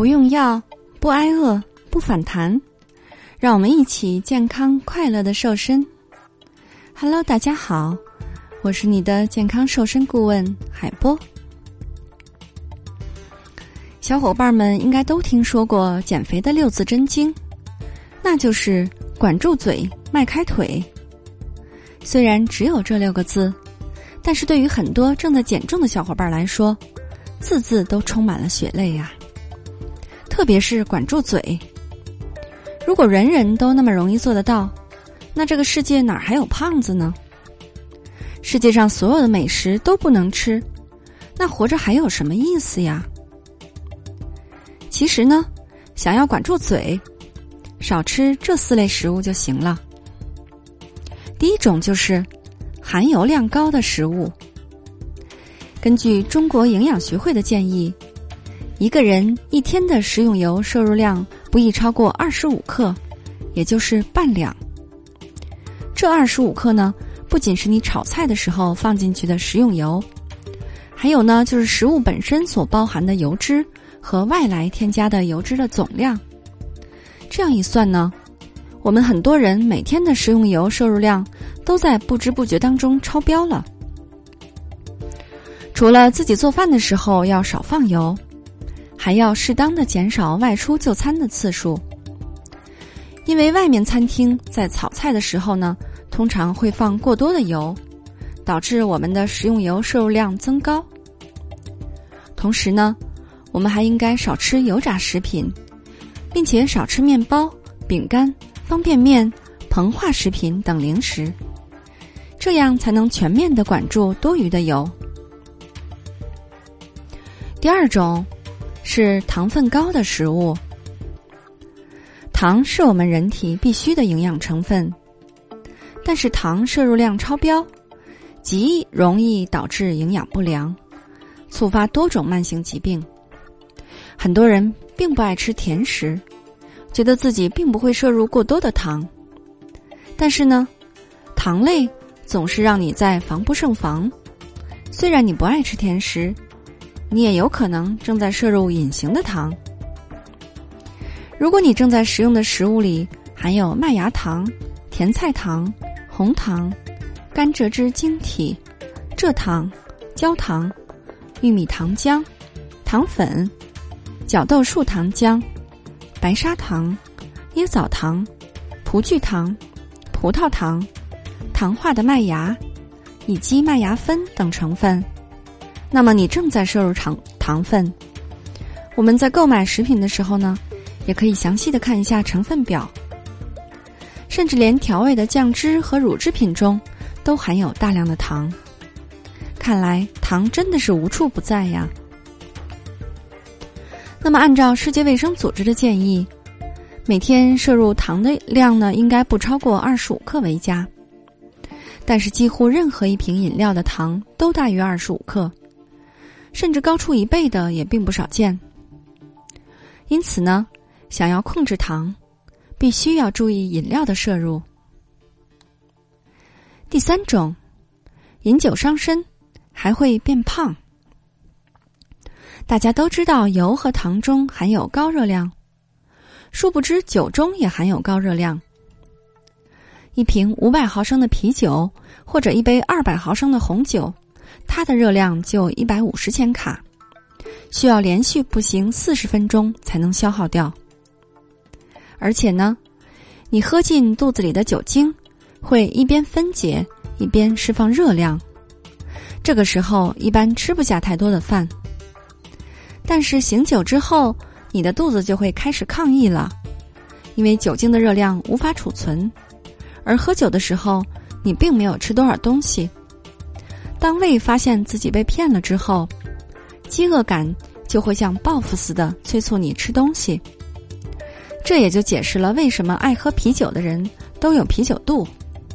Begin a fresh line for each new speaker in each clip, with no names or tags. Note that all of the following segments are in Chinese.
不用药，不挨饿，不反弹，让我们一起健康快乐的瘦身。Hello， 大家好，我是你的健康瘦身顾问海波。小伙伴们应该都听说过减肥的6字真经，那就是管住嘴，迈开腿。虽然只有这6个字，但是对于很多正在减重的小伙伴来说，字字都充满了血泪呀。特别是管住嘴，如果人人都那么容易做得到，那这个世界哪还有胖子呢？世界上所有的美食都不能吃，那活着还有什么意思呀？其实呢，想要管住嘴，少吃这4类食物就行了。第一种就是含油量高的食物。根据中国营养学会的建议，一个人一天的食用油摄入量不宜超过25克，也就是半两。这25克呢，不仅是你炒菜的时候放进去的食用油，还有呢就是食物本身所包含的油脂和外来添加的油脂的总量。这样一算呢，我们很多人每天的食用油摄入量都在不知不觉当中超标了。除了自己做饭的时候要少放油，还要适当的减少外出就餐的次数。因为外面餐厅在炒菜的时候呢，通常会放过多的油，导致我们的食用油摄入量增高。同时呢，我们还应该少吃油炸食品，并且少吃面包、饼干、方便面、膨化食品等零食，这样才能全面地管住多余的油。第二种是糖分高的食物。糖是我们人体必需的营养成分，但是糖摄入量超标，极容易导致营养不良，触发多种慢性疾病。很多人并不爱吃甜食，觉得自己并不会摄入过多的糖，但是呢，糖类总是让你在防不胜防。虽然你不爱吃甜食，你也有可能正在摄入隐形的糖。如果你正在食用的食物里含有麦芽糖、甜菜糖、红糖、甘蔗汁晶体、蔗糖、焦糖、玉米糖浆、糖粉、角豆树糖浆、白砂糖、椰枣糖、葡聚糖、葡萄糖、糖化的麦芽以及麦芽酚等成分，那么你正在摄入糖分。我们在购买食品的时候呢，也可以详细的看一下成分表。甚至连调味的酱汁和乳制品中都含有大量的糖。看来糖真的是无处不在呀。那么按照世界卫生组织的建议，每天摄入糖的量呢，应该不超过25克为佳。但是几乎任何一瓶饮料的糖都大于25克，甚至高出1倍的也并不少见。因此呢，想要控制糖，必须要注意饮料的摄入。第三种，饮酒伤身，还会变胖。大家都知道油和糖中含有高热量，殊不知酒中也含有高热量。一瓶500毫升的啤酒或者一杯200毫升的红酒，它的热量就150千卡，需要连续步行40分钟才能消耗掉。而且呢，你喝进肚子里的酒精会一边分解一边释放热量，这个时候一般吃不下太多的饭。但是醒酒之后，你的肚子就会开始抗议了，因为酒精的热量无法储存，而喝酒的时候你并没有吃多少东西。当胃发现自己被骗了之后，饥饿感就会像报复似的催促你吃东西。这也就解释了为什么爱喝啤酒的人都有啤酒肚。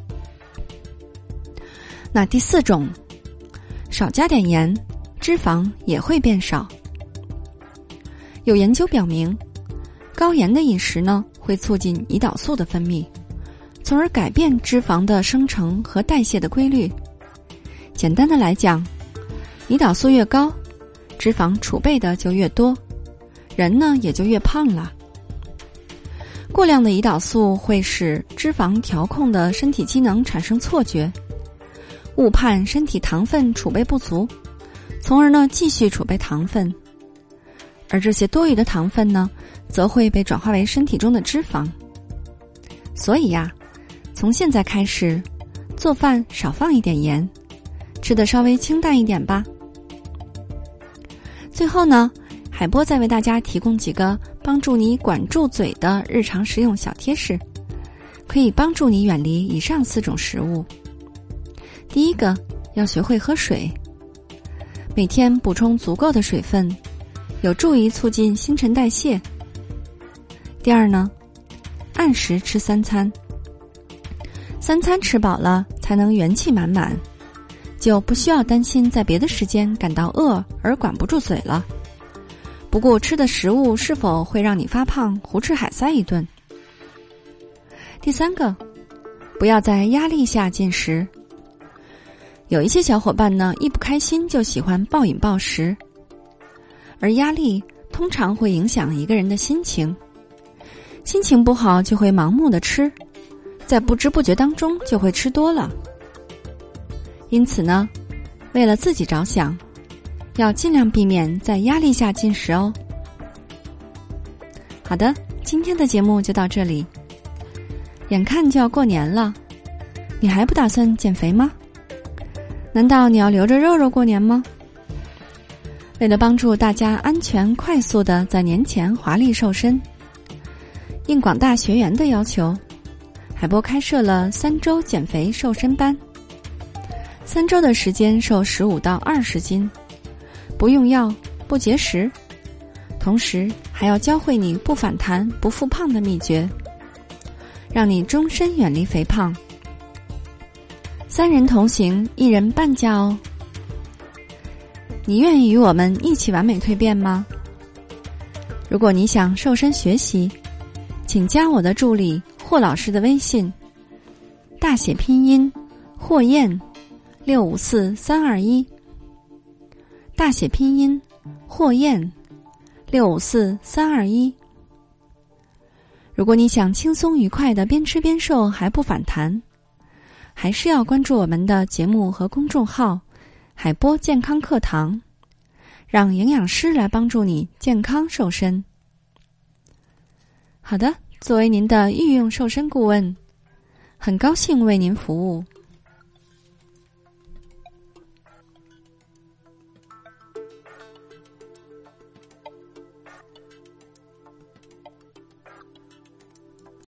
那第4种，少加点盐，脂肪也会变少。有研究表明，高盐的饮食呢，会促进胰岛素的分泌，从而改变脂肪的生成和代谢的规律。简单的来讲，胰岛素越高，脂肪储备的就越多， 人呢也就越胖了。过量的胰岛素会使脂肪调控的身体机能产生错觉，误判身体糖分储备不足，从而呢继续储备糖分，而这些多余的糖分呢则会被转化为身体中的脂肪。所以呀，从现在开始做饭少放一点盐，吃得稍微清淡一点吧。最后呢，海波再为大家提供几个帮助你管住嘴的日常食用小贴士，可以帮助你远离以上4种食物。第一个，要学会喝水，每天补充足够的水分，有助于促进新陈代谢。第二呢，按时吃3餐，3餐吃饱了才能元气满满，就不需要担心在别的时间感到饿而管不住嘴了，不顾吃的食物是否会让你发胖，胡吃海塞一顿。第三个，不要在压力下进食。有一些小伙伴呢，一不开心就喜欢暴饮暴食，而压力通常会影响一个人的心情，心情不好就会盲目的吃，在不知不觉当中就会吃多了。因此呢，为了自己着想，要尽量避免在压力下进食哦。好的，今天的节目就到这里。眼看就要过年了，你还不打算减肥吗？难道你要留着肉肉过年吗？为了帮助大家安全快速地在年前华丽瘦身，应广大学员的要求，海波开设了3周减肥瘦身班，3周的时间瘦15到20斤，不用药，不节食，同时还要教会你不反弹不复胖的秘诀，让你终身远离肥胖。3人同行，1人半价哦。你愿意与我们一起完美蜕变吗？如果你想瘦身学习，请加我的助理霍老师的微信，大写拼音霍燕654321，大写拼音霍燕654321。如果你想轻松愉快的边吃边瘦还不反弹，还是要关注我们的节目和公众号海波健康课堂，让营养师来帮助你健康瘦身。好的，作为您的御用瘦身顾问，很高兴为您服务。